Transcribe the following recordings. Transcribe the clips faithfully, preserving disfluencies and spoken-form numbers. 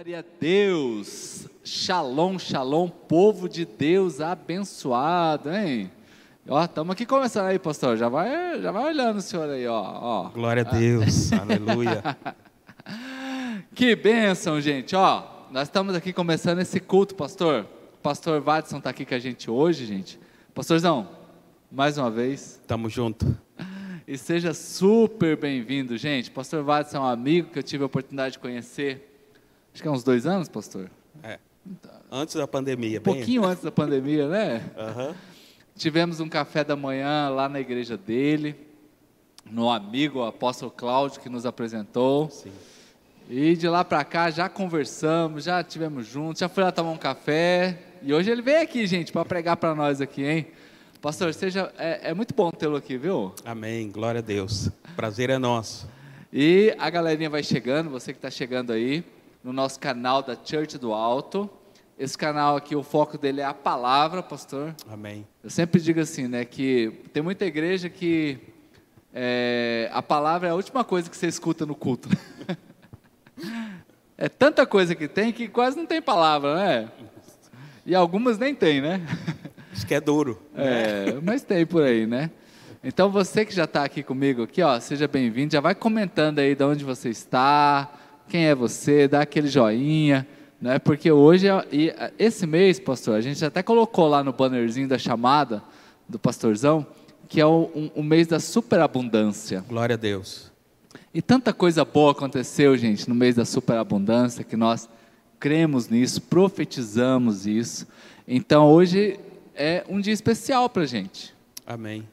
Glória a Deus, shalom, shalom, povo de Deus abençoado, hein? Ó, estamos aqui começando aí, pastor, já vai, já vai olhando o senhor aí, ó. ó. Glória a Deus, aleluia. Que bênção, gente, ó, nós estamos aqui começando esse culto, pastor. O pastor Vadson está aqui com a gente hoje, gente. Pastorzão, mais uma vez. Tamo junto. E seja super bem-vindo, gente. Pastor Vadson é um amigo que eu tive a oportunidade de conhecer, acho que há uns dois anos, pastor? É, antes da pandemia. Um pouquinho bem... antes da pandemia, né? Uhum. Tivemos um café da manhã lá na igreja dele, no amigo, o apóstolo Cláudio, que nos apresentou. Sim. E de lá para cá já conversamos, já estivemos juntos, já fui lá tomar um café. E hoje ele veio aqui, gente, para pregar para nós aqui, hein? Pastor, seja, é, é muito bom tê-lo aqui, viu? Amém, glória a Deus. Prazer é nosso. E a galerinha vai chegando, você que está chegando aí, no nosso canal da Church do Alto. Esse canal aqui, o foco dele é a palavra, pastor. Amém. Eu sempre digo assim, né, que tem muita igreja que é, a palavra é a última coisa que você escuta no culto. É tanta coisa que tem que quase não tem palavra, né? E algumas nem tem, né? Isso que é duro. É, né? Mas tem por aí, né? Então você que já está aqui comigo, aqui, ó, seja bem-vindo. Já vai comentando aí de onde você está, quem é você, dá aquele joinha, né? Porque hoje, e esse mês, pastor, a gente até colocou lá no bannerzinho da chamada do pastorzão, que é o, um, um mês da superabundância. Glória a Deus. E tanta coisa boa aconteceu, gente, no mês da superabundância, que nós cremos nisso, profetizamos isso. Então, hoje é um dia especial para a gente. Amém.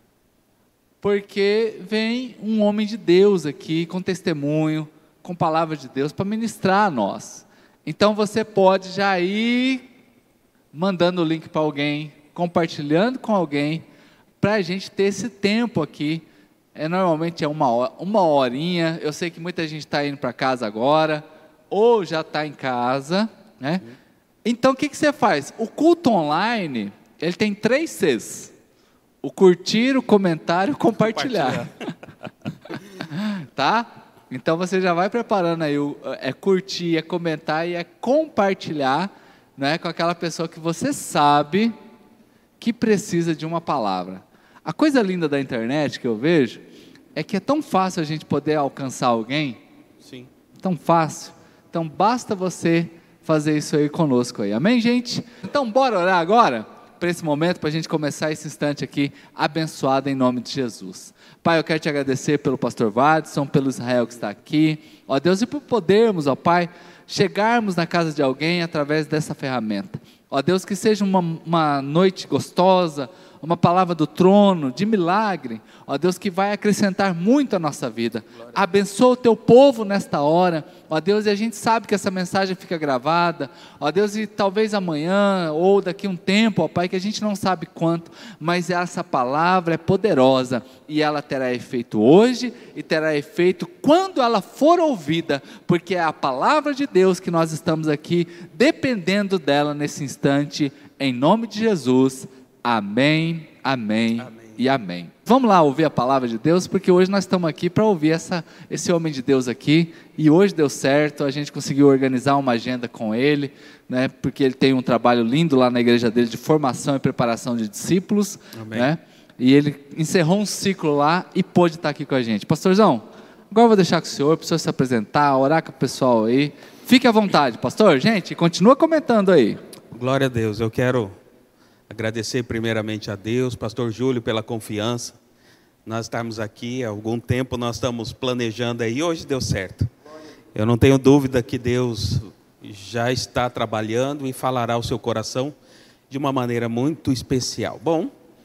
Porque vem um homem de Deus aqui, com testemunho, com palavra de Deus, para ministrar a nós. Então, você pode já ir mandando o link para alguém, compartilhando com alguém, para a gente ter esse tempo aqui. É, normalmente é uma, hora, uma horinha. Eu sei que muita gente está indo para casa agora, ou já está em casa, né? Uhum. Então, o que, que você faz? O culto online, ele tem três Cs. O curtir, o comentário, o compartilhar. compartilhar. Tá? Então, você já vai preparando aí, o, é curtir, é comentar e é compartilhar, né, com aquela pessoa que você sabe que precisa de uma palavra. A coisa linda da internet que eu vejo é que é tão fácil a gente poder alcançar alguém. Sim. Tão fácil. Então basta você fazer isso aí conosco aí. Amém, gente? Então bora orar agora para esse momento, para a gente começar esse instante aqui abençoado em nome de Jesus. Pai, eu quero te agradecer pelo pastor Vadson, pelo Israel que está aqui. Ó Deus, e por podermos, ó Pai, chegarmos na casa de alguém através dessa ferramenta. Ó Deus, que seja uma, uma noite gostosa, uma palavra do trono, de milagre, ó Deus, que vai acrescentar muito a nossa vida. Glória. Abençoa o teu povo nesta hora, ó Deus, e a gente sabe que essa mensagem fica gravada, ó Deus, e talvez amanhã, ou daqui a um tempo, ó Pai, que a gente não sabe quanto, mas essa palavra é poderosa, e ela terá efeito hoje, e terá efeito quando ela for ouvida, porque é a palavra de Deus que nós estamos aqui, dependendo dela nesse instante, em nome de Jesus. Amém, amém, amém e amém. Vamos lá ouvir a palavra de Deus, porque hoje nós estamos aqui para ouvir essa, esse homem de Deus aqui, e hoje deu certo, a gente conseguiu organizar uma agenda com ele, né, porque ele tem um trabalho lindo lá na igreja dele, de formação e preparação de discípulos, né, e ele encerrou um ciclo lá, e pôde estar aqui com a gente. Pastorzão, agora eu vou deixar com o senhor, para o senhor se apresentar, orar com o pessoal aí, fique à vontade, pastor, gente, continua comentando aí. Glória a Deus, eu quero agradecer primeiramente a Deus, pastor Júlio, pela confiança. Nós estamos aqui há algum tempo, nós estamos planejando aí, hoje deu certo. Eu não tenho dúvida que Deus já está trabalhando e falará ao seu coração de uma maneira muito especial. Bom,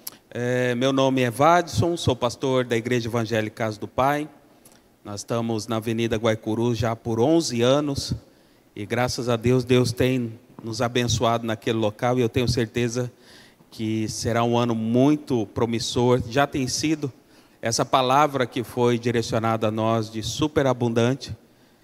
é, meu nome é Vadson, sou pastor da Igreja Evangélica Casa do Pai. Nós estamos na Avenida Guaicuru já por onze anos e graças a Deus, Deus tem nos abençoado naquele local e eu tenho certeza que será um ano muito promissor. Já tem sido essa palavra que foi direcionada a nós de superabundante,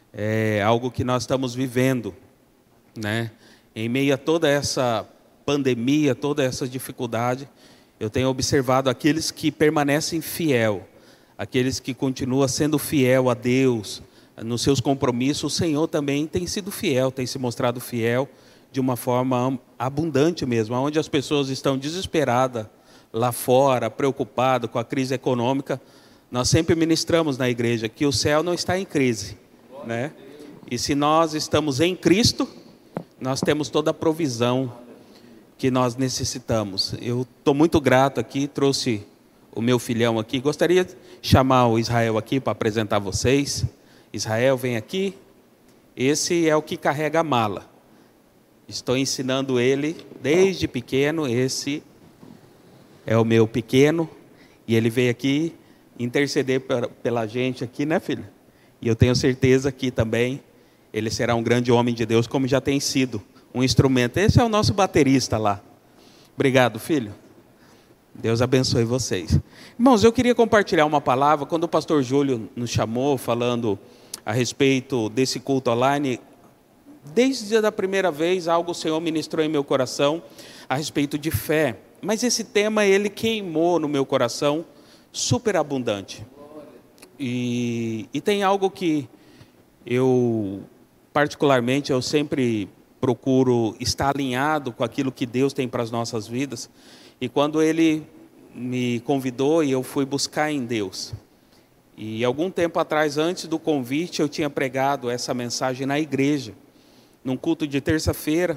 é algo que nós estamos vivendo, né? Em meio a toda essa pandemia, toda essa dificuldade, eu tenho observado aqueles que permanecem fiel, aqueles que continuam sendo fiel a Deus, nos seus compromissos, o Senhor também tem sido fiel, tem se mostrado fiel de uma forma abundante mesmo, onde as pessoas estão desesperadas lá fora, preocupadas com a crise econômica. Nós sempre ministramos na igreja que o céu não está em crise, né? E se nós estamos em Cristo, nós temos toda a provisão que nós necessitamos. Eu estou muito grato aqui, trouxe o meu filhão aqui. Gostaria de chamar o Israel aqui para apresentar vocês. Israel, vem aqui. Esse é o que carrega a mala. Estou ensinando ele desde pequeno. Esse é o meu pequeno. E ele veio aqui interceder pela gente aqui, né, filho? E eu tenho certeza que também ele será um grande homem de Deus, como já tem sido um instrumento. Esse é o nosso baterista lá. Obrigado, filho. Deus abençoe vocês. Irmãos, eu queria compartilhar uma palavra. Quando o pastor Júlio nos chamou, falando a respeito desse culto online, desde a primeira vez, algo o Senhor ministrou em meu coração a respeito de fé. Mas esse tema, ele queimou no meu coração, superabundante. E, e tem algo que eu, particularmente, eu sempre procuro estar alinhado com aquilo que Deus tem para as nossas vidas. E quando Ele me convidou, e eu fui buscar em Deus. E algum tempo atrás, antes do convite, eu tinha pregado essa mensagem na igreja, num culto de terça-feira.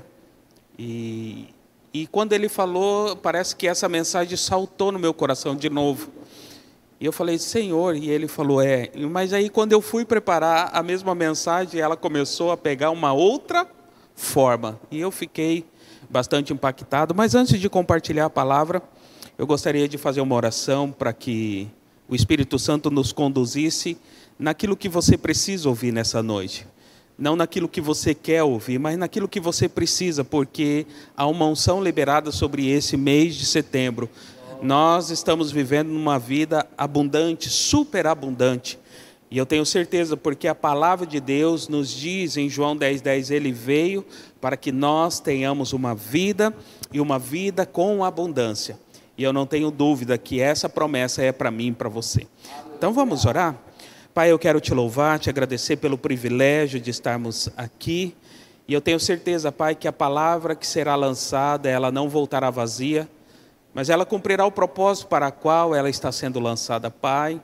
E, e quando Ele falou, parece que essa mensagem saltou no meu coração de novo. E eu falei, Senhor, e Ele falou, é, mas aí quando eu fui preparar a mesma mensagem, ela começou a pegar uma outra forma. E eu fiquei bastante impactado. Mas antes de compartilhar a palavra, eu gostaria de fazer uma oração para que o Espírito Santo nos conduzisse naquilo que você precisa ouvir nessa noite. Não naquilo que você quer ouvir, mas naquilo que você precisa, porque há uma unção liberada sobre esse mês de setembro. Nós estamos vivendo numa vida abundante, superabundante. E eu tenho certeza, porque a palavra de Deus nos diz em João dez, dez, Ele veio para que nós tenhamos uma vida e uma vida com abundância. E eu não tenho dúvida que essa promessa é para mim e para você. Então vamos orar? Pai, eu quero te louvar, te agradecer pelo privilégio de estarmos aqui. E eu tenho certeza, Pai, que a palavra que será lançada, ela não voltará vazia, mas ela cumprirá o propósito para o qual ela está sendo lançada. Pai,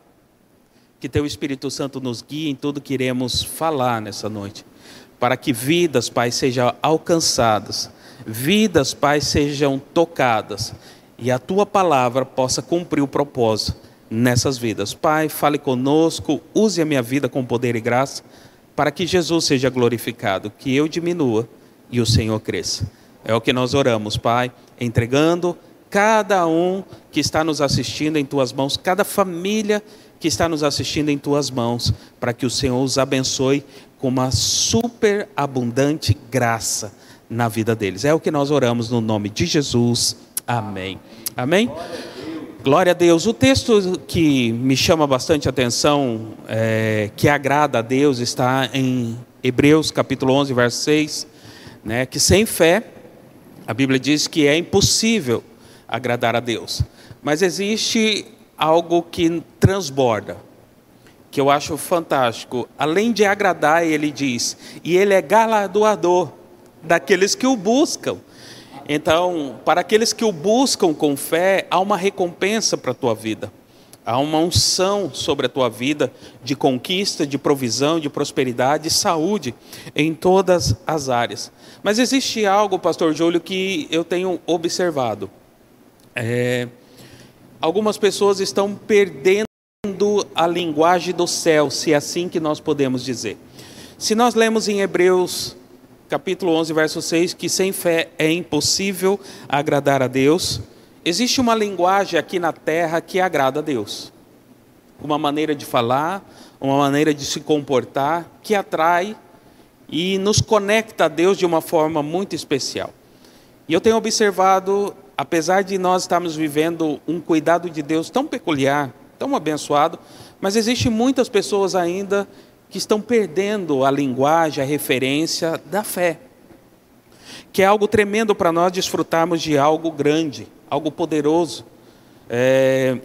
que Teu Espírito Santo nos guie em tudo que iremos falar nessa noite, para que vidas, Pai, sejam alcançadas, vidas, Pai, sejam tocadas, e a Tua palavra possa cumprir o propósito nessas vidas. Pai, fale conosco, use a minha vida com poder e graça, para que Jesus seja glorificado, que eu diminua e o Senhor cresça. É o que nós oramos, Pai, entregando cada um que está nos assistindo em Tuas mãos, cada família que está nos assistindo em Tuas mãos, para que o Senhor os abençoe com uma superabundante graça na vida deles. É o que nós oramos no nome de Jesus. Amém. Amém? Glória a Deus. O texto que me chama bastante atenção, é, que agrada a Deus, está em Hebreus capítulo onze, verso seis, né, que sem fé, a Bíblia diz que é impossível agradar a Deus. Mas existe algo que transborda, que eu acho fantástico. Além de agradar, ele diz, e ele é galardoador daqueles que o buscam. Então, para aqueles que o buscam com fé, há uma recompensa para a tua vida. Há uma unção sobre a tua vida de conquista, de provisão, de prosperidade, de saúde em todas as áreas. Mas existe algo, pastor Júlio, que eu tenho observado. É, algumas pessoas estão perdendo a linguagem do céu, se é assim que nós podemos dizer. Se nós lemos em Hebreus capítulo onze, verso seis, que sem fé é impossível agradar a Deus, existe uma linguagem aqui na terra que agrada a Deus. Uma maneira de falar, uma maneira de se comportar, que atrai e nos conecta a Deus de uma forma muito especial. E eu tenho observado, apesar de nós estarmos vivendo um cuidado de Deus tão peculiar, tão abençoado, mas existem muitas pessoas ainda que estão perdendo a linguagem, a referência da fé, que é algo tremendo para nós desfrutarmos de algo grande, algo poderoso. É,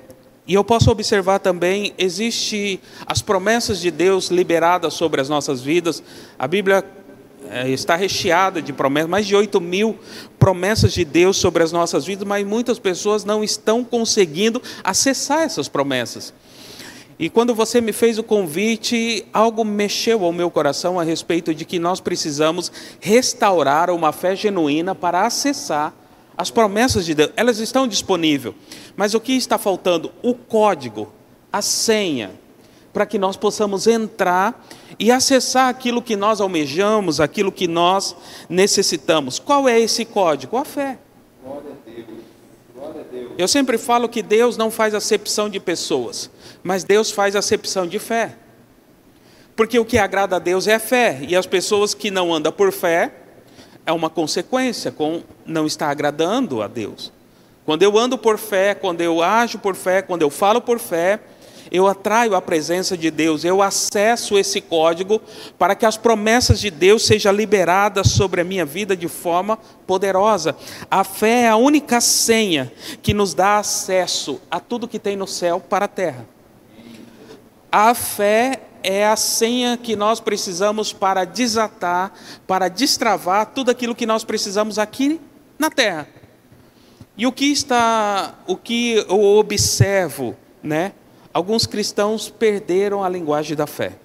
E eu posso observar também, existe as promessas de Deus liberadas sobre as nossas vidas. A Bíblia é, está recheada de promessas, mais de oito mil promessas de Deus sobre as nossas vidas, mas muitas pessoas não estão conseguindo acessar essas promessas. E quando você me fez o convite, algo mexeu ao meu coração a respeito de que nós precisamos restaurar uma fé genuína para acessar as promessas de Deus. Elas estão disponíveis, mas o que está faltando? O código, a senha, para que nós possamos entrar e acessar aquilo que nós almejamos, aquilo que nós necessitamos. Qual é esse código? A fé. Glória a Deus. Glória a Deus. Eu sempre falo que Deus não faz acepção de pessoas, mas Deus faz acepção de fé. Porque o que agrada a Deus é a fé, e as pessoas que não andam por fé, é uma consequência, com não estar agradando a Deus. Quando eu ando por fé, quando eu ajo por fé, quando eu falo por fé, eu atraio a presença de Deus, eu acesso esse código para que as promessas de Deus sejam liberadas sobre a minha vida de forma poderosa. A fé é a única senha que nos dá acesso a tudo que tem no céu para a terra. A fé é a senha que nós precisamos para desatar, para destravar tudo aquilo que nós precisamos aqui na terra. E o que está, o que eu observo, né? Alguns cristãos perderam a linguagem da fé.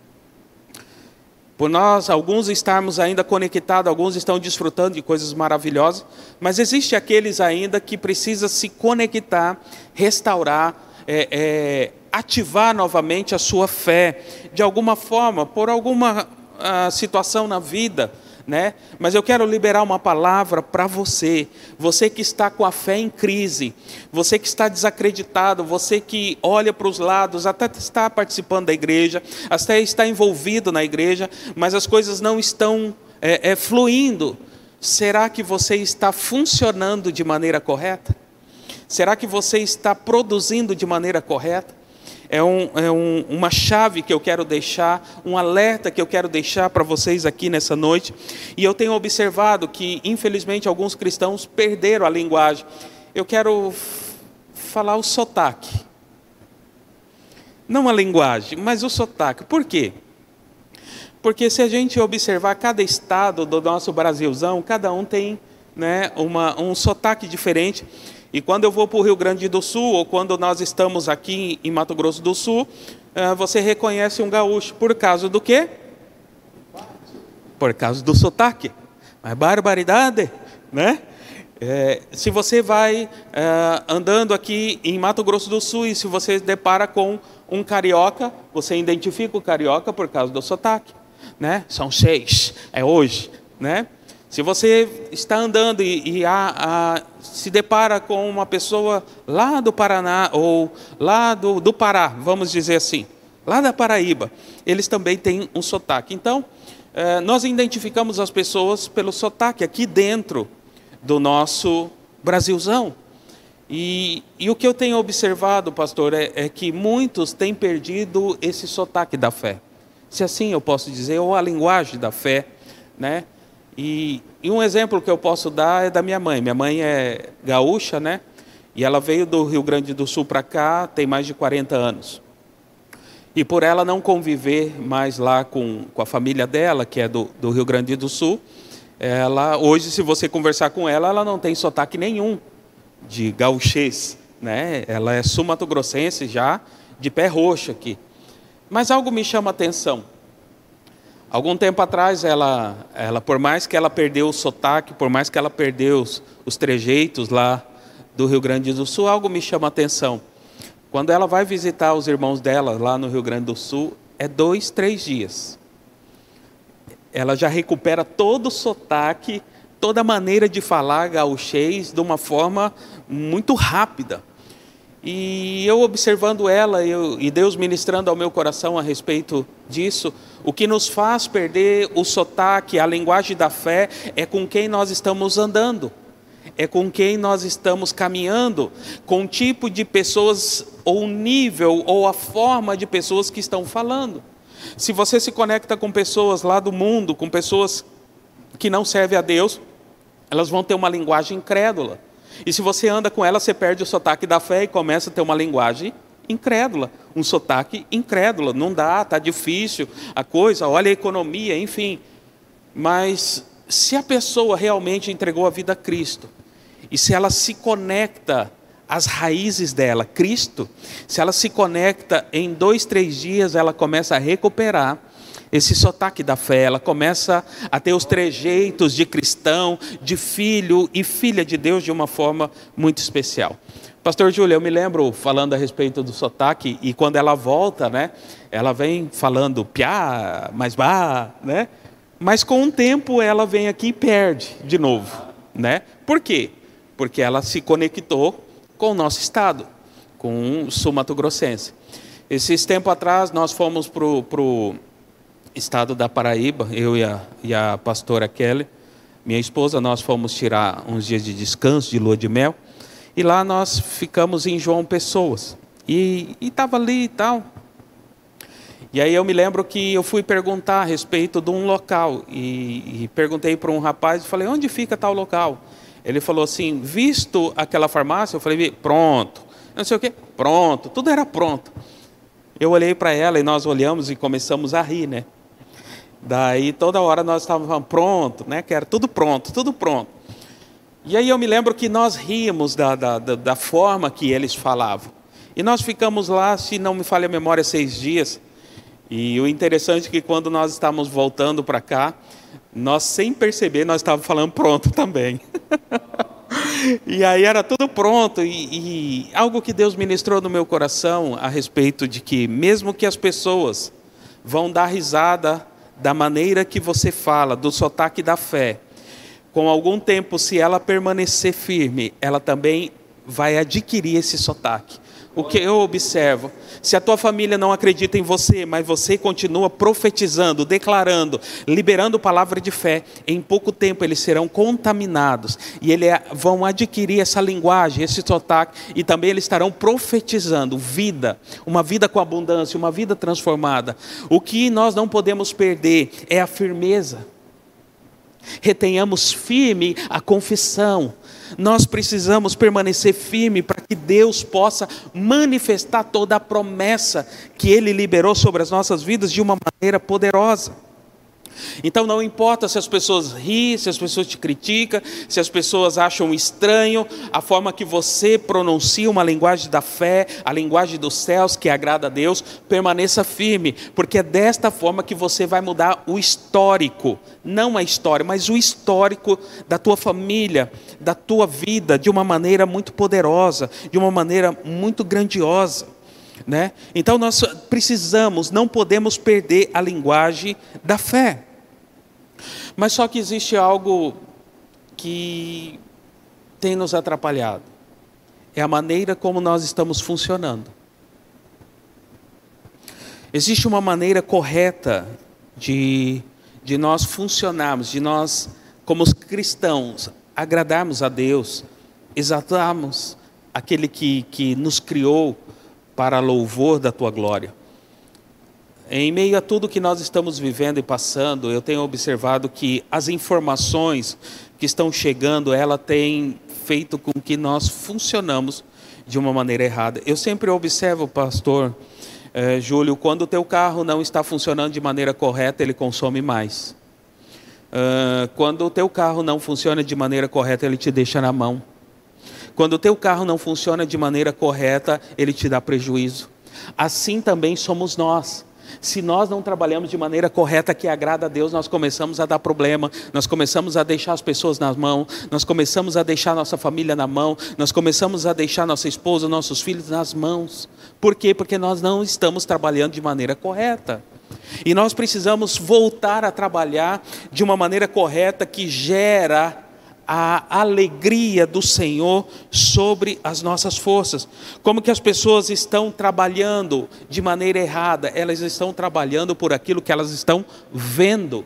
Por nós, alguns estarmos ainda conectados, alguns estão desfrutando de coisas maravilhosas, mas existe aqueles ainda que precisam se conectar, restaurar, é, é, ativar novamente a sua fé, de alguma forma, por alguma uh, situação na vida, né? Mas eu quero liberar uma palavra para você, você que está com a fé em crise, você que está desacreditado, você que olha para os lados, até está participando da igreja, até está envolvido na igreja, mas as coisas não estão é, é, fluindo. Será que você está funcionando de maneira correta? Será que você está produzindo de maneira correta? É, um, é um, uma chave que eu quero deixar, um alerta que eu quero deixar para vocês aqui nessa noite. E eu tenho observado que, infelizmente, alguns cristãos perderam a linguagem. Eu quero falar o sotaque. Não a linguagem, mas o sotaque. Por quê? Porque se a gente observar cada estado do nosso Brasilzão, cada um tem, né, uma, um sotaque diferente. E quando eu vou para o Rio Grande do Sul, ou quando nós estamos aqui em Mato Grosso do Sul, você reconhece um gaúcho. Por causa do quê? Por causa do sotaque. Mas barbaridade, né? É, se você vai é, andando aqui em Mato Grosso do Sul e se você depara com um carioca, você identifica o carioca por causa do sotaque, né? São seis, é hoje, né? Se você está andando e, e a, a, se depara com uma pessoa lá do Paraná, ou lá do, do Pará, vamos dizer assim, lá da Paraíba, eles também têm um sotaque. Então, eh, nós identificamos as pessoas pelo sotaque aqui dentro do nosso Brasilzão. E, e o que eu tenho observado, pastor, é, é que muitos têm perdido esse sotaque da fé. Se assim eu posso dizer, ou a linguagem da fé, né? E, e um exemplo que eu posso dar é da minha mãe. Minha mãe é gaúcha, né? E ela veio do Rio Grande do Sul para cá, tem mais de quarenta anos. E por ela não conviver mais lá com, com a família dela, que é do, do Rio Grande do Sul, ela, hoje, se você conversar com ela, ela não tem sotaque nenhum de gauchês, né? Ela é sul-mato-grossense já, de pé roxo aqui. Mas algo me chama a atenção. Algum tempo atrás, ela, ela, por mais que ela perdeu o sotaque, por mais que ela perdeu os, os trejeitos lá do Rio Grande do Sul, algo me chama a atenção. Quando ela vai visitar os irmãos dela lá no Rio Grande do Sul, é dois, três dias. Ela já recupera todo o sotaque, toda a maneira de falar gauchês de uma forma muito rápida. E eu observando ela eu, e Deus ministrando ao meu coração a respeito disso, o que nos faz perder o sotaque, a linguagem da fé, é com quem nós estamos andando, é com quem nós estamos caminhando, com o tipo de pessoas, ou o nível, ou a forma de pessoas que estão falando. Se você se conecta com pessoas lá do mundo, com pessoas que não servem a Deus, elas vão ter uma linguagem incrédula. E se você anda com ela, você perde o sotaque da fé e começa a ter uma linguagem incrédula, um sotaque incrédulo. Não dá, está difícil a coisa, olha a economia, enfim. Mas se a pessoa realmente entregou a vida a Cristo, e se ela se conecta às raízes dela, Cristo, se ela se conecta, em dois, três dias, ela começa a recuperar esse sotaque da fé, ela começa a ter os trejeitos de cristão, de filho e filha de Deus de uma forma muito especial. Pastor Júlio, eu me lembro falando a respeito do sotaque, e quando ela volta, né, ela vem falando piá, mas bah, né? Mas com o tempo ela vem aqui e perde de novo, né? Por quê? Porque ela se conectou com o nosso estado, com o sul mato-grossense. Esses tempos atrás nós fomos para o estado da Paraíba, eu e a, e a pastora Kelly, minha esposa, nós fomos tirar uns dias de descanso, de lua de mel, e lá nós ficamos em João Pessoas, e estava ali e tal. E aí eu me lembro que eu fui perguntar a respeito de um local, e, e perguntei para um rapaz, e falei, onde fica tal local? Ele falou assim, visto aquela farmácia, eu falei, pronto, não sei o quê, pronto, tudo era pronto. Eu olhei para ela e nós olhamos e começamos a rir, né? Daí toda hora nós estávamos falando, pronto, né? Que era tudo pronto, tudo pronto. E aí eu me lembro que nós ríamos da, da, da, da forma que eles falavam. E nós ficamos lá, se não me falha a memória, seis dias. E o interessante é que quando nós estávamos voltando para cá, nós sem perceber, nós estávamos falando pronto também. E aí era tudo pronto, e, e algo que Deus ministrou no meu coração a respeito de que mesmo que as pessoas vão dar risada da maneira que você fala, do sotaque da fé, com algum tempo, se ela permanecer firme, ela também vai adquirir esse sotaque. O que eu observo, se a tua família não acredita em você, mas você continua profetizando, declarando, liberando palavra de fé, em pouco tempo eles serão contaminados, e eles vão adquirir essa linguagem, esse sotaque, e também eles estarão profetizando vida, uma vida com abundância, uma vida transformada. O que nós não podemos perder é a firmeza. Retenhamos firme a confissão. Nós precisamos permanecer firme para que Deus possa manifestar toda a promessa que Ele liberou sobre as nossas vidas de uma maneira poderosa. Então não importa se as pessoas riem, se as pessoas te criticam, se as pessoas acham estranho a forma que você pronuncia uma linguagem da fé, a linguagem dos céus que agrada a Deus, permaneça firme, porque é desta forma que você vai mudar o histórico, não a história, mas o histórico da tua família, da tua vida, de uma maneira muito poderosa, de uma maneira muito grandiosa, né? Então nós precisamos, não podemos perder a linguagem da fé. Mas só que existe algo que tem nos atrapalhado. É a maneira como nós estamos funcionando. Existe uma maneira correta de, de nós funcionarmos, de nós, como cristãos, agradarmos a Deus, exaltarmos aquele que, que nos criou para louvor da tua glória. Em meio a tudo que nós estamos vivendo e passando, eu tenho observado que as informações que estão chegando, ela tem feito com que nós funcionamos de uma maneira errada. Eu sempre observo, pastor eh, Júlio, quando o teu carro não está funcionando de maneira correta, ele consome mais. Uh, quando o teu carro não funciona de maneira correta, ele te deixa na mão. Quando o teu carro não funciona de maneira correta, ele te dá prejuízo. Assim também somos nós. Se nós não trabalhamos de maneira correta que agrada a Deus, nós começamos a dar problema, nós começamos a deixar as pessoas nas mãos, nós começamos a deixar nossa família na mão, nós começamos a deixar nossa esposa, nossos filhos nas mãos. Por quê? Porque nós não estamos trabalhando de maneira correta. E nós precisamos voltar a trabalhar de uma maneira correta que gera a alegria do Senhor sobre as nossas forças. Como que as pessoas estão trabalhando de maneira errada? Elas estão trabalhando por aquilo que elas estão vendo,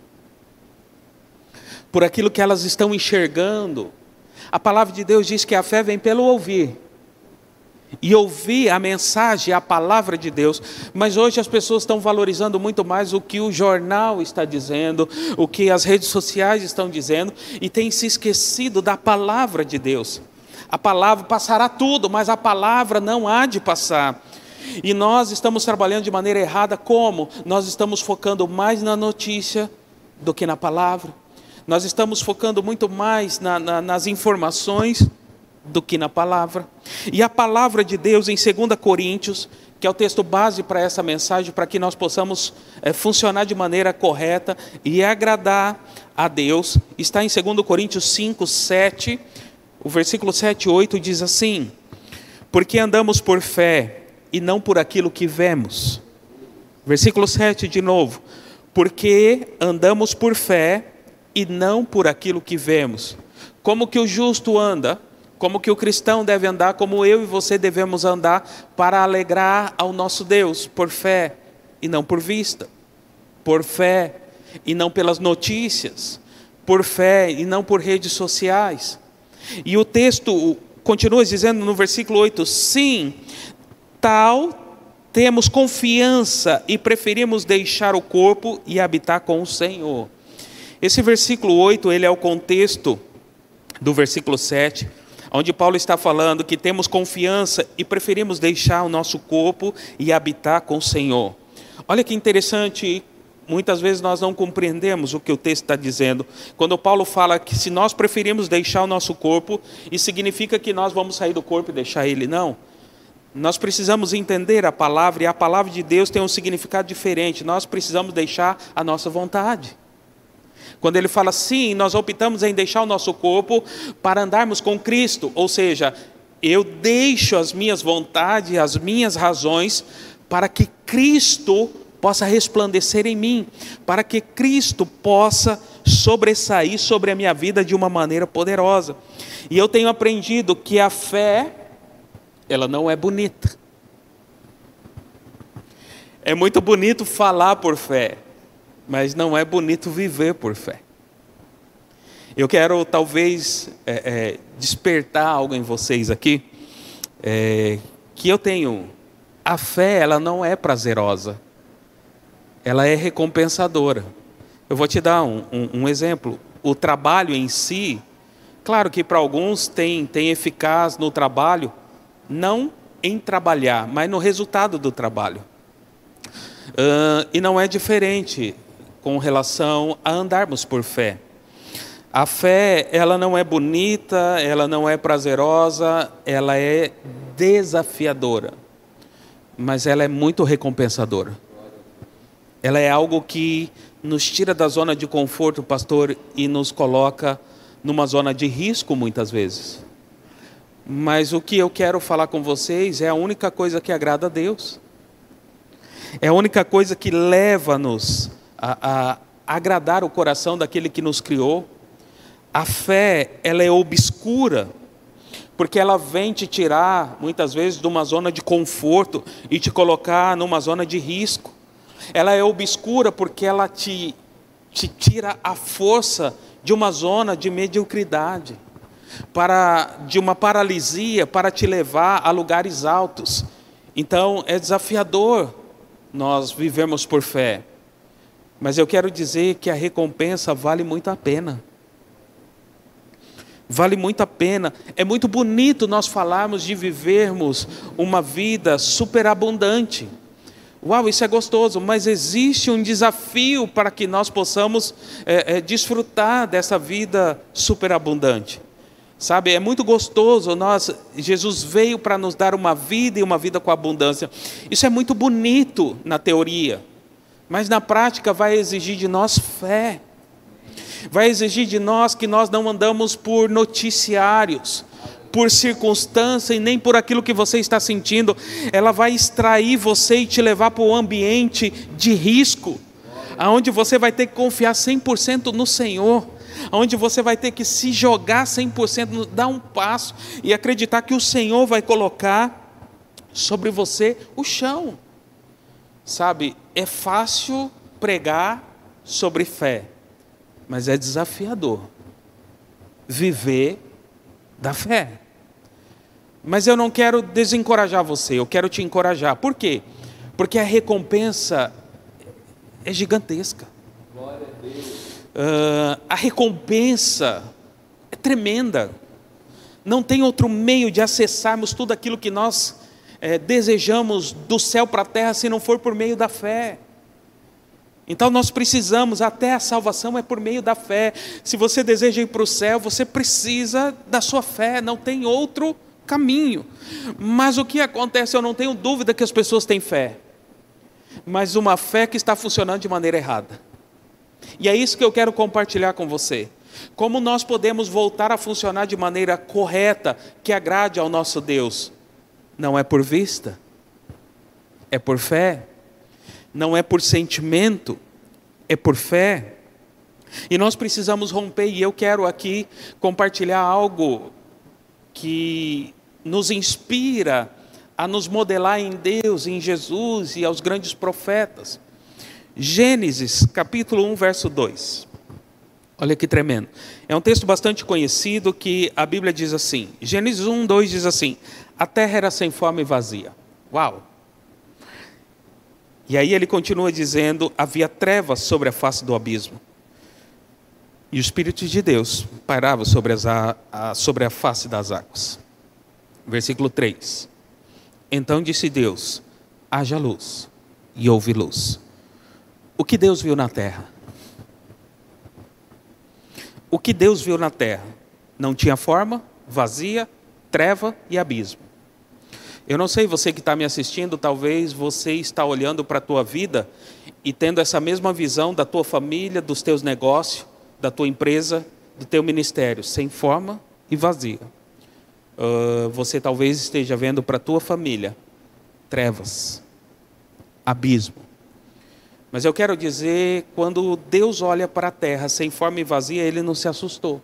por aquilo que elas estão enxergando. A palavra de Deus diz que a fé vem pelo ouvir, e ouvir a mensagem, a palavra de Deus. Mas hoje as pessoas estão valorizando muito mais o que o jornal está dizendo, o que as redes sociais estão dizendo, e têm se esquecido da palavra de Deus. A palavra passará tudo, mas a palavra não há de passar. E nós estamos trabalhando de maneira errada. Como? Nós estamos focando mais na notícia do que na palavra. Nós estamos focando muito mais na, na, nas informações do que na palavra. E a palavra de Deus em dois Coríntios, que é o texto base para essa mensagem, para que nós possamos é, funcionar de maneira correta e agradar a Deus, está em dois Coríntios cinco, sete, o versículo sete e oito diz assim: porque andamos por fé e não por aquilo que vemos. Versículo sete de novo: porque andamos por fé e não por aquilo que vemos. Como que o justo anda? Como que o cristão deve andar? Como eu e você devemos andar para alegrar ao nosso Deus? Por fé e não por vista. Por fé e não pelas notícias. Por fé e não por redes sociais. E o texto continua dizendo no versículo oito: sim, tal temos confiança e preferimos deixar o corpo e habitar com o Senhor. Esse versículo oito, ele é o contexto do versículo sete, onde Paulo está falando que temos confiança e preferimos deixar o nosso corpo e habitar com o Senhor. Olha que interessante, muitas vezes nós não compreendemos o que o texto está dizendo. Quando Paulo fala que se nós preferimos deixar o nosso corpo, isso significa que nós vamos sair do corpo e deixar ele? Não. Nós precisamos entender a palavra, e a palavra de Deus tem um significado diferente. Nós precisamos deixar a nossa vontade. Quando ele fala sim, nós optamos em deixar o nosso corpo para andarmos com Cristo. Ou seja, eu deixo as minhas vontades, as minhas razões, para que Cristo possa resplandecer em mim, para que Cristo possa sobressair sobre a minha vida de uma maneira poderosa. E eu tenho aprendido que a fé, ela não é bonita. É muito bonito falar por fé, mas não é bonito viver por fé. Eu quero talvez é, é, despertar algo em vocês aqui, é, que eu tenho, a fé ela não é prazerosa, ela é recompensadora. Eu vou te dar um, um, um exemplo. O trabalho em si, claro que para alguns tem, tem eficaz no trabalho, não em trabalhar, mas no resultado do trabalho. Uh, e não é diferente com relação a andarmos por fé. A fé, ela não é bonita, ela não é prazerosa, ela é desafiadora, mas ela é muito recompensadora. Ela é algo que nos tira da zona de conforto, pastor, e nos coloca numa zona de risco muitas vezes. Mas o que eu quero falar com vocês é a única coisa que agrada a Deus. É a única coisa que leva-nos a, a agradar o coração daquele que nos criou. A fé, ela é obscura, porque ela vem te tirar, muitas vezes, de uma zona de conforto e te colocar numa zona de risco. Ela é obscura porque ela te, te tira a força de uma zona de mediocridade, para, de uma paralisia, para te levar a lugares altos. Então, é desafiador nós vivemos por fé. Mas eu quero dizer que a recompensa vale muito a pena. Vale muito a pena. É muito bonito nós falarmos de vivermos uma vida superabundante. Uau, isso é gostoso, mas existe um desafio para que nós possamos é, é, desfrutar dessa vida superabundante. Sabe, é muito gostoso, nós, Jesus veio para nos dar uma vida e uma vida com abundância. Isso é muito bonito na teoria, mas na prática vai exigir de nós fé. Vai exigir de nós que nós não andamos por noticiários, por circunstância e nem por aquilo que você está sentindo. Ela vai extrair você e te levar para um ambiente de risco, onde você vai ter que confiar cem por cento no Senhor, onde você vai ter que se jogar cem por cento, dar um passo e acreditar que o Senhor vai colocar sobre você o chão. Sabe, é fácil pregar sobre fé, mas é desafiador viver da fé. Mas eu não quero desencorajar você, eu quero te encorajar. Por quê? Porque a recompensa é gigantesca. Glória a Deus. Uh, a recompensa é tremenda. Não tem outro meio de acessarmos tudo aquilo que nós é, desejamos do céu para a terra, se não for por meio da fé. Então nós precisamos, até a salvação é por meio da fé. Se você deseja ir para o céu, você precisa da sua fé, não tem outro caminho. Mas o que acontece, eu não tenho dúvida que as pessoas têm fé, mas uma fé que está funcionando de maneira errada. E é isso que eu quero compartilhar com você. Como nós podemos voltar a funcionar de maneira correta, que agrade ao nosso Deus? Não é por vista, é por fé. Não é por sentimento, é por fé. E nós precisamos romper, e eu quero aqui compartilhar algo que nos inspira a nos modelar em Deus, em Jesus e aos grandes profetas. Gênesis, capítulo um, verso dois. Olha que tremendo. É um texto bastante conhecido que a Bíblia diz assim. Gênesis um, dois diz assim: a terra era sem forma e vazia. Uau! E aí ele continua dizendo: havia trevas sobre a face do abismo, e o Espírito de Deus pairava sobre, as, a, a, sobre a face das águas. Versículo três. Então disse Deus: haja luz, e houve luz. O que Deus viu na terra? O que Deus viu na terra? Não tinha forma, vazia, treva e abismo. Eu não sei, você que está me assistindo, talvez você está olhando para a tua vida e tendo essa mesma visão da tua família, dos teus negócios, da tua empresa, do teu ministério, sem forma e vazia. Uh, você talvez esteja vendo para a tua família trevas, abismo. Mas eu quero dizer, quando Deus olha para a terra sem forma e vazia, Ele não se assustou.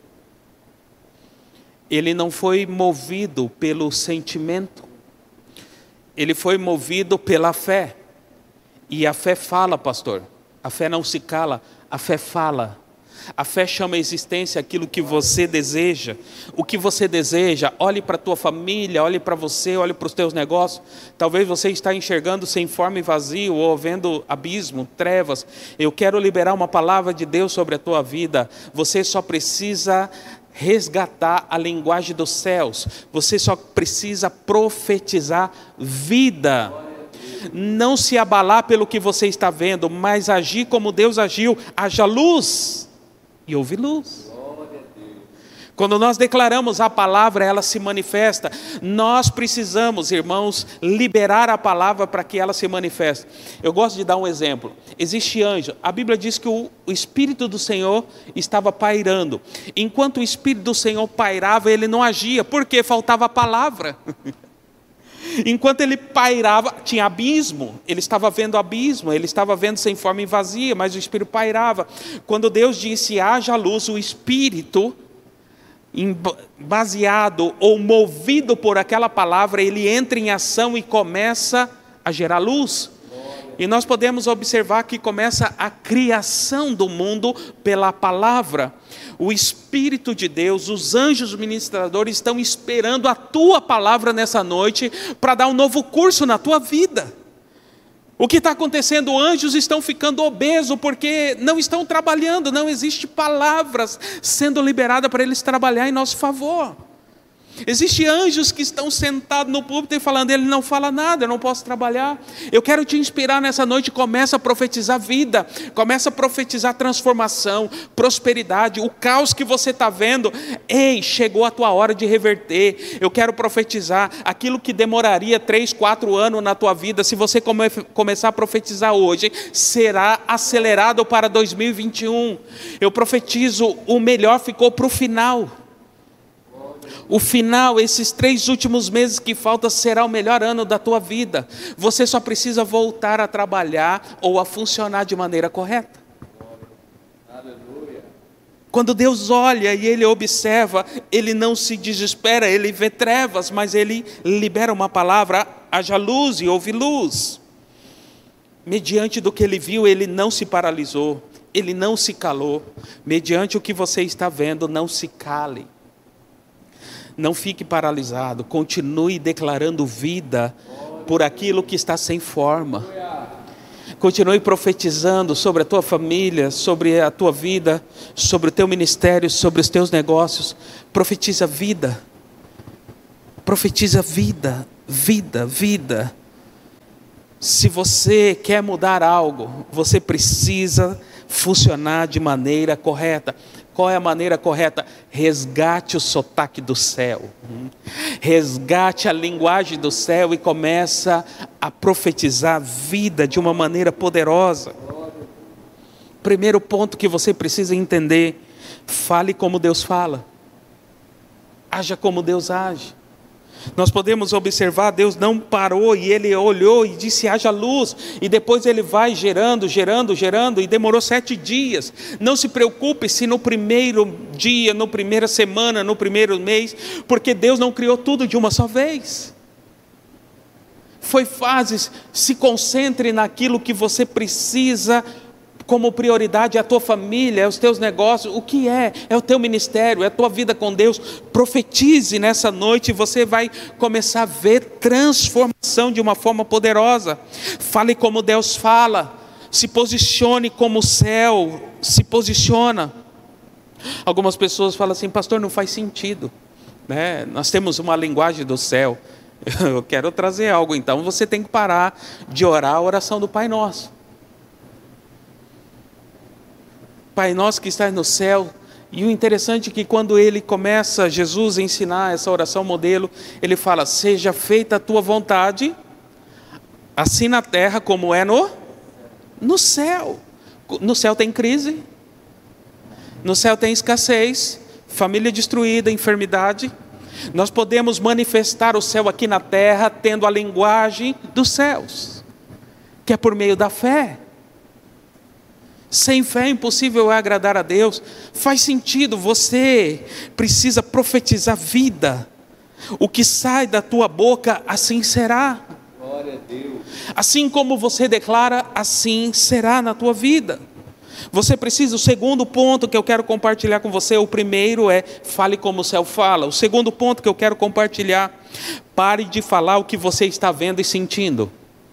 Ele não foi movido pelo sentimento. Ele foi movido pela fé. E a fé fala, pastor. A fé não se cala, a fé fala. A fé chama a existência aquilo que você deseja. O que você deseja, olhe para a tua família, olhe para você, olhe para os teus negócios. Talvez você está enxergando sem forma e vazio, ou vendo abismo, trevas. Eu quero liberar uma palavra de Deus sobre a tua vida. Você só precisa resgatar a linguagem dos céus. Você só precisa profetizar vida. Não se abalar pelo que você está vendo, mas agir como Deus agiu. Haja luz, e houve luz. Quando nós declaramos a palavra, ela se manifesta. Nós precisamos, irmãos, liberar a palavra para que ela se manifeste. Eu gosto de dar um exemplo. Existe anjo. A Bíblia diz que o, o Espírito do Senhor estava pairando. Enquanto o Espírito do Senhor pairava, ele não agia, porque faltava a palavra. Enquanto ele pairava, tinha abismo, ele estava vendo abismo, ele estava vendo sem forma e vazia, mas o Espírito pairava. Quando Deus disse, haja luz, o Espírito, baseado ou movido por aquela palavra, ele entra em ação e começa a gerar luz. E nós podemos observar que começa a criação do mundo pela palavra. O Espírito de Deus, os anjos ministradores estão esperando a tua palavra nessa noite para dar um novo curso na tua vida. O que está acontecendo? Anjos estão ficando obesos porque não estão trabalhando, não existe palavras sendo liberadas para eles trabalhar em nosso favor. Existem anjos que estão sentados no púlpito e falando, ele não fala nada, eu não posso trabalhar. Eu quero te inspirar nessa noite, começa a profetizar vida, começa a profetizar transformação, prosperidade. O caos que você está vendo, ei, chegou a tua hora de reverter. Eu quero profetizar aquilo que demoraria três, quatro anos na tua vida, se você come, começar a profetizar hoje, será acelerado para dois mil e vinte e um. Eu profetizo, o melhor ficou para o final. O final, esses três últimos meses que faltam, será o melhor ano da tua vida. Você só precisa voltar a trabalhar ou a funcionar de maneira correta. Quando Deus olha e Ele observa, Ele não se desespera, Ele vê trevas, mas Ele libera uma palavra, haja luz e houve luz. Mediante do que Ele viu, Ele não se paralisou, Ele não se calou. Mediante o que você está vendo, não se cale. Não fique paralisado, continue declarando vida por aquilo que está sem forma. Continue profetizando sobre a tua família, sobre a tua vida, sobre o teu ministério, sobre os teus negócios. Profetiza vida. Profetiza vida, vida, vida. Se você quer mudar algo, você precisa funcionar de maneira correta. Qual é a maneira correta? Resgate o sotaque do céu. Resgate a linguagem do céu e começa a profetizar vida de uma maneira poderosa. Primeiro ponto que você precisa entender: fale como Deus fala. Haja como Deus age. Nós podemos observar, Deus não parou e Ele olhou e disse: haja luz, e depois Ele vai gerando, gerando, gerando, e demorou sete dias. Não se preocupe se no primeiro dia, na primeira semana, no primeiro mês, porque Deus não criou tudo de uma só vez. Foi fases. Se concentre naquilo que você precisa como prioridade, é a tua família, é os teus negócios. O que é? É o teu ministério, é a tua vida com Deus. Profetize nessa noite e você vai começar a ver transformação de uma forma poderosa. Fale como Deus fala. Se posicione como o céu se posiciona. Algumas pessoas falam assim: pastor, não faz sentido, né? Nós temos uma linguagem do céu. Eu quero trazer algo, então você tem que parar de orar a oração do Pai Nosso. Pai nosso que estás no céu. E o interessante é que quando ele começa, Jesus, a ensinar essa oração modelo, ele fala: seja feita a tua vontade, assim na terra como é no, no céu. No céu tem crise, no céu tem escassez, família destruída, enfermidade. Nós podemos manifestar o céu aqui na terra tendo a linguagem dos céus, que é por meio da fé. Sem fé é impossível agradar a Deus. Faz sentido, você precisa profetizar vida. O que sai da tua boca, assim será. Glória a Deus. Assim como você declara, assim será na tua vida. Você precisa, o segundo ponto que eu quero compartilhar com você, o primeiro é: fale como o céu fala. O segundo ponto que eu quero compartilhar: pare de falar o que você está vendo e sentindo,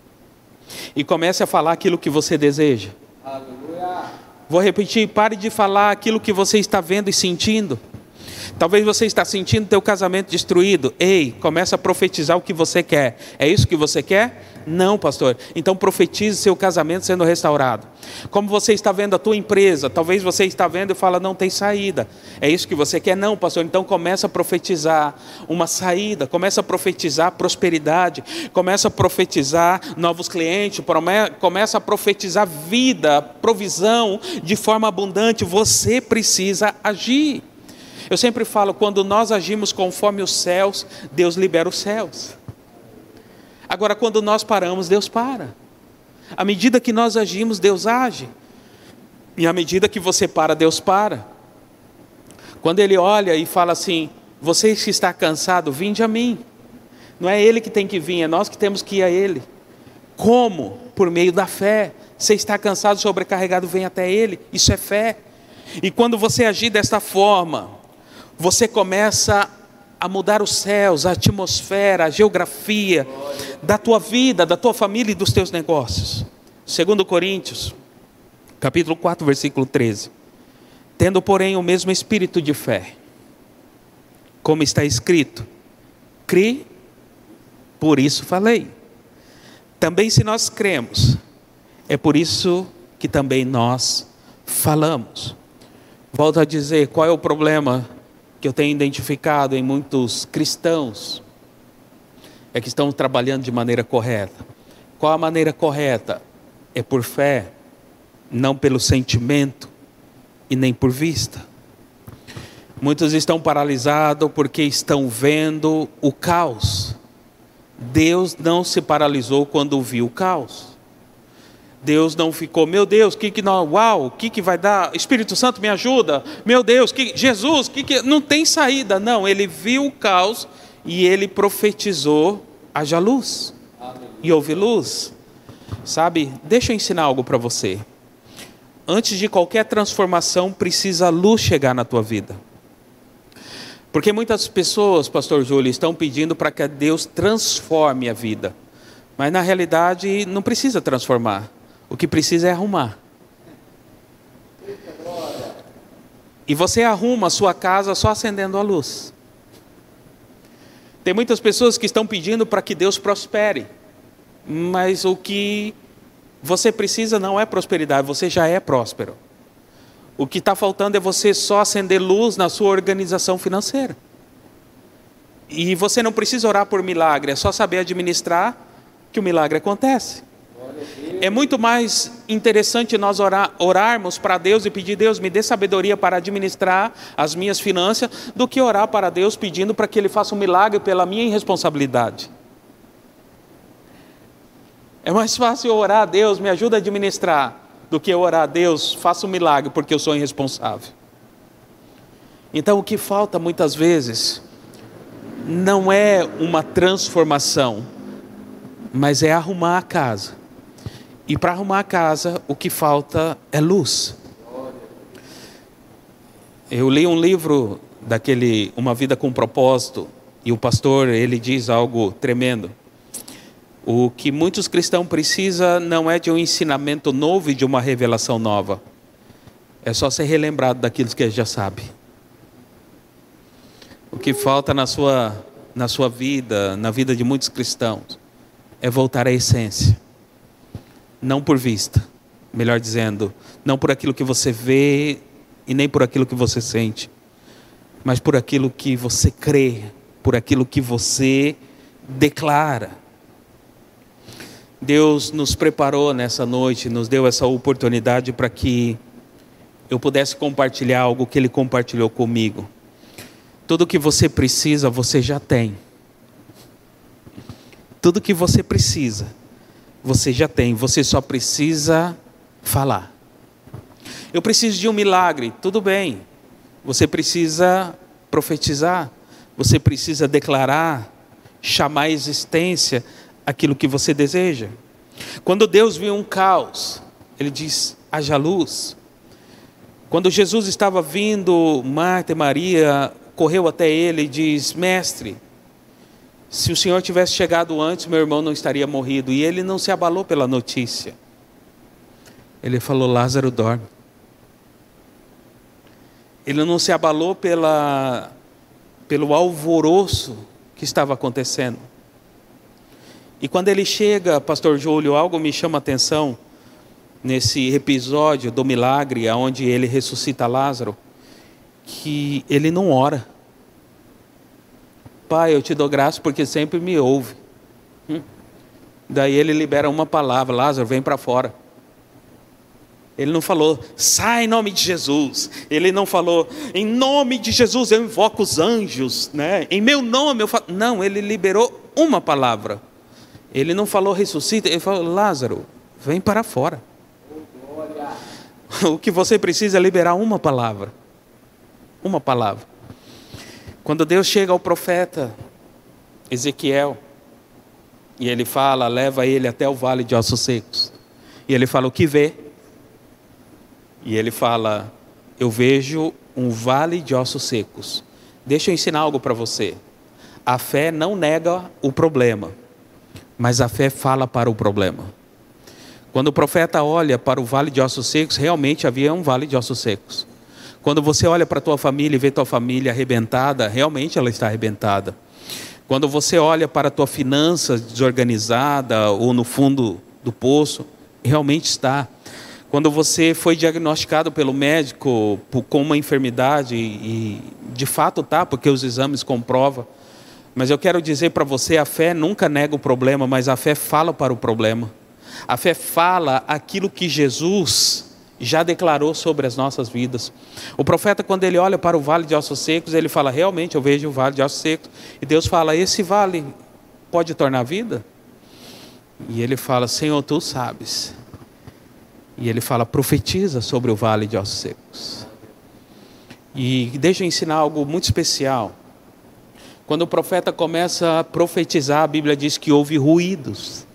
e comece a falar aquilo que você deseja. Aleluia. Vou repetir: pare de falar aquilo que você está vendo e sentindo. Talvez você está sentindo teu casamento destruído. Ei, começa a profetizar o que você quer. É isso que você quer? Não, pastor. Então profetize seu casamento sendo restaurado. Como você está vendo a tua empresa, talvez você está vendo e fala: não tem saída. É isso que você quer? Não, pastor. Então começa a profetizar uma saída, começa a profetizar prosperidade, começa a profetizar novos clientes, começa a profetizar vida, provisão de forma abundante. Você precisa agir. Eu sempre falo, quando nós agimos conforme os céus, Deus libera os céus. Agora, quando nós paramos, Deus para. À medida que nós agimos, Deus age. E à medida que você para, Deus para. Quando Ele olha e fala assim: você que está cansado, vinde a mim. Não é Ele que tem que vir, é nós que temos que ir a Ele. Como? Por meio da fé. Você está cansado, sobrecarregado, vem até Ele. Isso é fé. E quando você agir desta forma, você começa a mudar os céus, a atmosfera, a geografia da tua vida, da tua família e dos teus negócios. Segundo Coríntios, capítulo quatro, versículo treze. Tendo, porém, o mesmo espírito de fé, como está escrito: cri, por isso falei. Também se nós cremos, é por isso que também nós falamos. Volto a dizer, qual é o problema que eu tenho identificado em muitos cristãos? É que estão trabalhando de maneira correta. Qual a maneira correta? É por fé, não pelo sentimento e nem por vista. Muitos estão paralisados porque estão vendo o caos. Deus não se paralisou quando viu o caos. Deus não ficou: meu Deus, que que nós, uau, o que que vai dar? Espírito Santo, me ajuda. Meu Deus, que Jesus, que que não tem saída? Não, ele viu o caos e ele profetizou: haja luz. Aleluia. E houve luz. Sabe? Deixa eu ensinar algo para você. Antes de qualquer transformação, precisa a luz chegar na tua vida. Porque muitas pessoas, pastor Júlio, estão pedindo para que Deus transforme a vida. Mas na realidade não precisa transformar. O que precisa é arrumar. E você arruma a sua casa só acendendo a luz. Tem muitas pessoas que estão pedindo para que Deus prospere, mas o que você precisa não é prosperidade, você já é próspero. O que está faltando é você só acender luz na sua organização financeira. E você não precisa orar por milagre, é só saber administrar que o milagre acontece. É muito mais interessante nós orar, orarmos para Deus e pedir: Deus, me dê sabedoria para administrar as minhas finanças, do que orar para Deus pedindo para que Ele faça um milagre pela minha irresponsabilidade. É mais fácil orar a Deus, me ajuda a administrar, do que orar a Deus, faça um milagre porque eu sou irresponsável. Então o que falta muitas vezes não é uma transformação, mas é arrumar a casa. E para arrumar a casa, o que falta é luz. Eu li um livro daquele Uma Vida com Propósito, e o pastor, ele diz algo tremendo. O que muitos cristãos precisam não é de um ensinamento novo e de uma revelação nova. É só ser relembrado daquilo que ele já sabe. O que falta na sua, na sua vida, na vida de muitos cristãos, é voltar à essência. Não por vista, melhor dizendo, não por aquilo que você vê e nem por aquilo que você sente, mas por aquilo que você crê, por aquilo que você declara. Deus nos preparou nessa noite, nos deu essa oportunidade para que eu pudesse compartilhar algo que Ele compartilhou comigo. Tudo que você precisa, você já tem. Tudo que você precisa, você já tem, você só precisa falar. Eu preciso de um milagre, tudo bem. Você precisa profetizar, você precisa declarar, chamar à existência aquilo que você deseja. Quando Deus viu um caos, Ele diz: haja luz. Quando Jesus estava vindo, Marta e Maria correu até Ele e diz: Mestre, se o Senhor tivesse chegado antes, meu irmão não estaria morrido. E Ele não se abalou pela notícia. Ele falou: Lázaro dorme. Ele não se abalou pela, pelo alvoroço que estava acontecendo. E quando Ele chega, pastor Júlio, algo me chama a atenção nesse episódio do milagre, onde Ele ressuscita Lázaro, que Ele não ora. Pai, eu te dou graça porque sempre me ouve. Hum. Daí Ele libera uma palavra: Lázaro, vem para fora. Ele não falou: sai em nome de Jesus. Ele não falou: em nome de Jesus eu invoco os anjos, né? Em meu nome eu falo. Não, Ele liberou uma palavra. Ele não falou ressuscita, Ele falou: Lázaro, vem para fora. O que você precisa é liberar uma palavra. Uma palavra. Quando Deus chega ao profeta Ezequiel, e ele fala, leva ele até o vale de ossos secos. E ele fala: o que vê? E ele fala: eu vejo um vale de ossos secos. Deixa eu ensinar algo para você. A fé não nega o problema, mas a fé fala para o problema. Quando o profeta olha para o vale de ossos secos, realmente havia um vale de ossos secos. Quando você olha para a tua família e vê tua família arrebentada, realmente ela está arrebentada. Quando você olha para a tua finança desorganizada ou no fundo do poço, realmente está. Quando você foi diagnosticado pelo médico com uma enfermidade, e de fato está, porque os exames comprovam. Mas eu quero dizer para você, a fé nunca nega o problema, mas a fé fala para o problema. A fé fala aquilo que Jesus já declarou sobre as nossas vidas. O profeta, quando ele olha para o vale de ossos secos, ele fala: realmente eu vejo o vale de ossos secos. E Deus fala: esse vale pode tornar vida? E ele fala: Senhor, tu sabes. E ele fala: profetiza sobre o vale de ossos secos. E deixa eu ensinar algo muito especial. Quando o profeta começa a profetizar, a Bíblia diz que houve ruídos.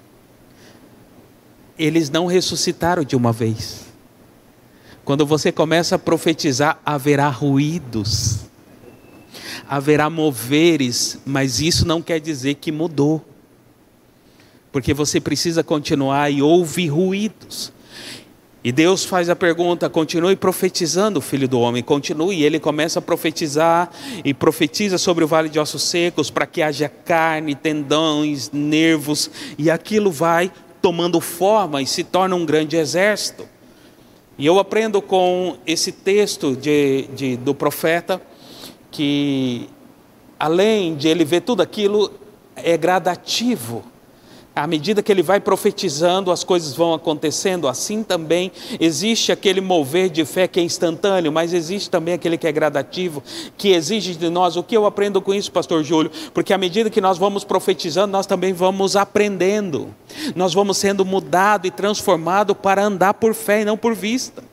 Eles não ressuscitaram de uma vez. Quando você começa a profetizar, haverá ruídos, haverá moveres, mas isso não quer dizer que mudou, porque você precisa continuar e houve ruídos. E Deus faz a pergunta: continue profetizando, filho do homem, continue. E ele começa a profetizar e profetiza sobre o vale de ossos secos, para que haja carne, tendões, nervos, e aquilo vai tomando forma e se torna um grande exército. E eu aprendo com esse texto de, de, do profeta, que além de ele ver tudo aquilo, é gradativo. À medida que ele vai profetizando, as coisas vão acontecendo. Assim também existe aquele mover de fé que é instantâneo, mas existe também aquele que é gradativo, que exige de nós. O que eu aprendo com isso, pastor Júlio? Porque à medida que nós vamos profetizando, nós também vamos aprendendo. Nós vamos sendo mudados e transformados para andar por fé e não por vista.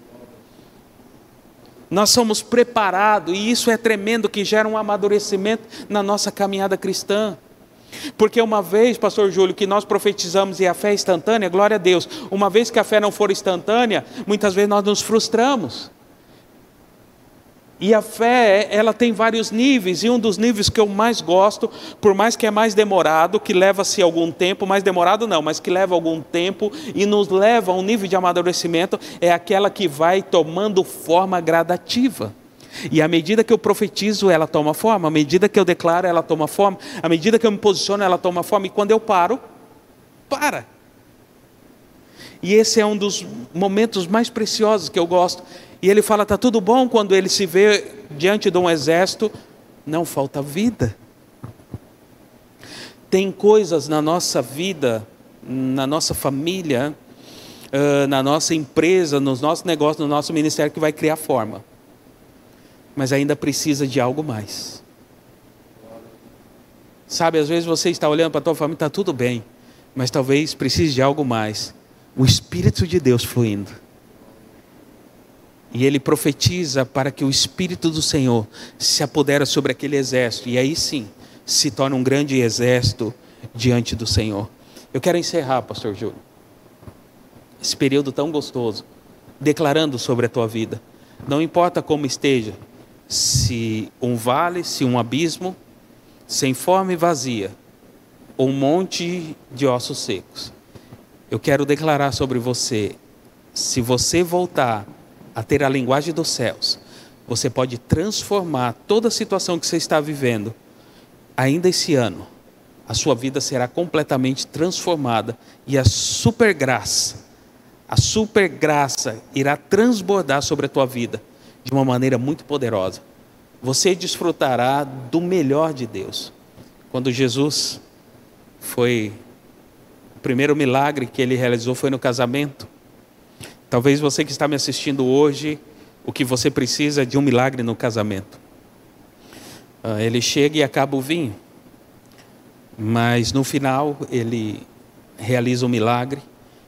Nós somos preparados, e isso é tremendo, que gera um amadurecimento na nossa caminhada cristã. Porque uma vez, pastor Júlio, que nós profetizamos e a fé é instantânea, glória a Deus. Uma vez que a fé não for instantânea, muitas vezes nós nos frustramos. E a fé, ela tem vários níveis, e um dos níveis que eu mais gosto, por mais que é mais demorado, que leva-se algum tempo, mais demorado não, mas que leva algum tempo e nos leva a um nível de amadurecimento, é aquela que vai tomando forma gradativa. E à medida que eu profetizo, ela toma forma. À medida que eu declaro, ela toma forma. À medida que eu me posiciono, ela toma forma. E quando eu paro, para. E esse é um dos momentos mais preciosos que eu gosto. E ele fala: está tudo bom. Quando ele se vê diante de um exército, não falta vida. Tem coisas na nossa vida, na nossa família, na nossa empresa, nos nossos negócios, no nosso ministério, que vai criar forma. Mas ainda precisa de algo mais. Sabe, às vezes você está olhando para a tua família, está tudo bem, mas talvez precise de algo mais. O Espírito de Deus fluindo. E ele profetiza para que o Espírito do Senhor se apodere sobre aquele exército. E aí sim, se torna um grande exército diante do Senhor. Eu quero encerrar, pastor Júlio, esse período tão gostoso, declarando sobre a tua vida. Não importa como esteja, se um vale, se um abismo, sem forma e vazia, ou um monte de ossos secos. Eu quero declarar sobre você: se você voltar a ter a linguagem dos céus, você pode transformar toda a situação que você está vivendo. Ainda esse ano, a sua vida será completamente transformada, e a super graça, a super graça irá transbordar sobre a tua vida de uma maneira muito poderosa. Você desfrutará do melhor de Deus. Quando Jesus foi, o primeiro milagre que ele realizou foi no casamento. Talvez você que está me assistindo hoje, o que você precisa é de um milagre no casamento. Ele chega e acaba o vinho, mas no final ele realiza um milagre,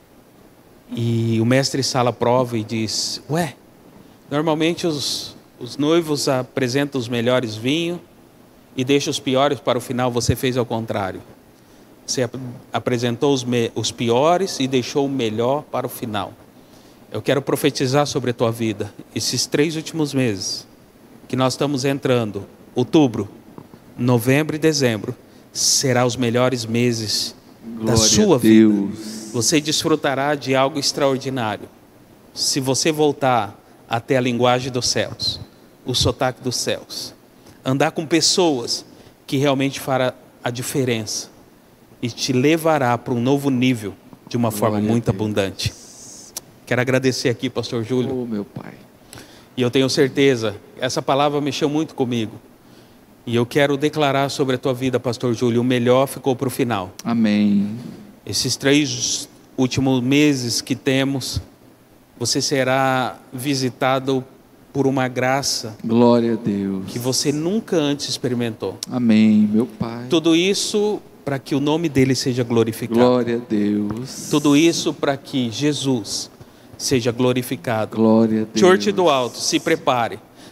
e o mestre sala a prova e diz: ué, normalmente os, os noivos apresentam os melhores vinhos e deixam os piores para o final. Você fez ao contrário. Você ap- apresentou os, me, os piores e deixou o melhor para o final. Eu quero profetizar sobre a tua vida. Esses três últimos meses que nós estamos entrando, outubro, novembro e dezembro, será os melhores meses Glória da sua vida. Você desfrutará de algo extraordinário. Se você voltar até a linguagem dos céus, o sotaque dos céus, andar com pessoas que realmente fará a diferença e te levará para um novo nível de uma Glória forma muito abundante. Quero agradecer aqui, pastor Júlio. Oh, meu pai. E eu tenho certeza, essa palavra mexeu muito comigo. E eu quero declarar sobre a tua vida, pastor Júlio, o melhor ficou para o final. Amém. Esses três últimos meses que temos, você será visitado por uma graça. Glória a Deus. Que você nunca antes experimentou. Amém, meu pai. Tudo isso para que o nome dele seja glorificado. Glória a Deus. Tudo isso para que Jesus seja glorificado. Glória a Deus. Church do Alto, se prepare,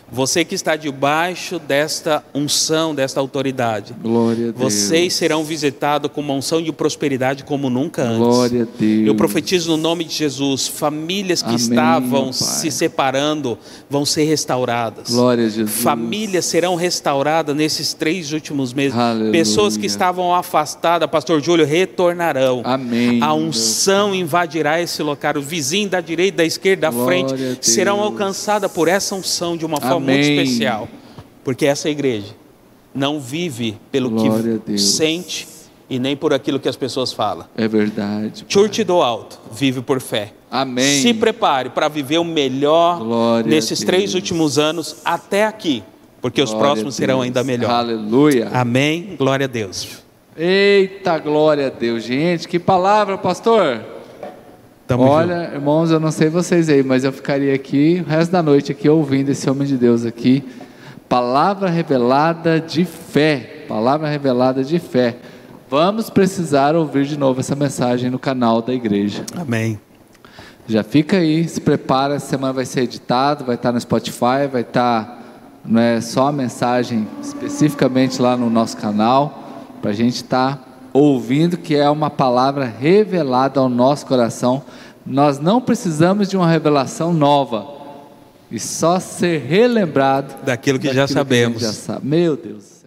Você que está debaixo desta unção, desta autoridade. Glória a Deus. Vocês serão visitados com uma unção de prosperidade como nunca antes. Glória a Deus. Eu profetizo no nome de Jesus, famílias que Amém, estavam Pai. se separando vão ser restauradas. Glória a Jesus. Famílias serão restauradas nesses três últimos meses. Aleluia. Pessoas que estavam afastadas, pastor Júlio, retornarão. Amém. A unção invadirá esse local. Os vizinhos da direita, da esquerda, da Glória a frente Deus. serão alcançadas por essa unção de uma forma Amém. muito especial. Porque essa igreja não vive pelo Glória a que Deus. sente e nem por aquilo que as pessoas falam. É verdade. Church do Alto vive por fé. Amém. Se prepare para viver o melhor Glória nesses a três Deus. últimos anos até aqui, porque os Glória próximos a serão Deus. ainda melhores. Aleluia. Amém. Glória a Deus. Eita, glória a Deus. Gente, que palavra, pastor. Tamo Olha, junto. irmãos, eu não sei vocês aí, mas eu ficaria aqui o resto da noite aqui ouvindo esse homem de Deus aqui. Palavra revelada de fé. Palavra revelada de fé. Vamos precisar ouvir de novo essa mensagem no canal da igreja. Amém. Já fica aí, se prepara, essa semana vai ser editado, vai estar no Spotify, vai estar, não é só a mensagem especificamente lá no nosso canal, para a gente estar ouvindo, que é uma palavra revelada ao nosso coração. Nós não precisamos de uma revelação nova, e só ser relembrado Daquilo que já daquilo que a gente sabemos. já sabe. Meu Deus.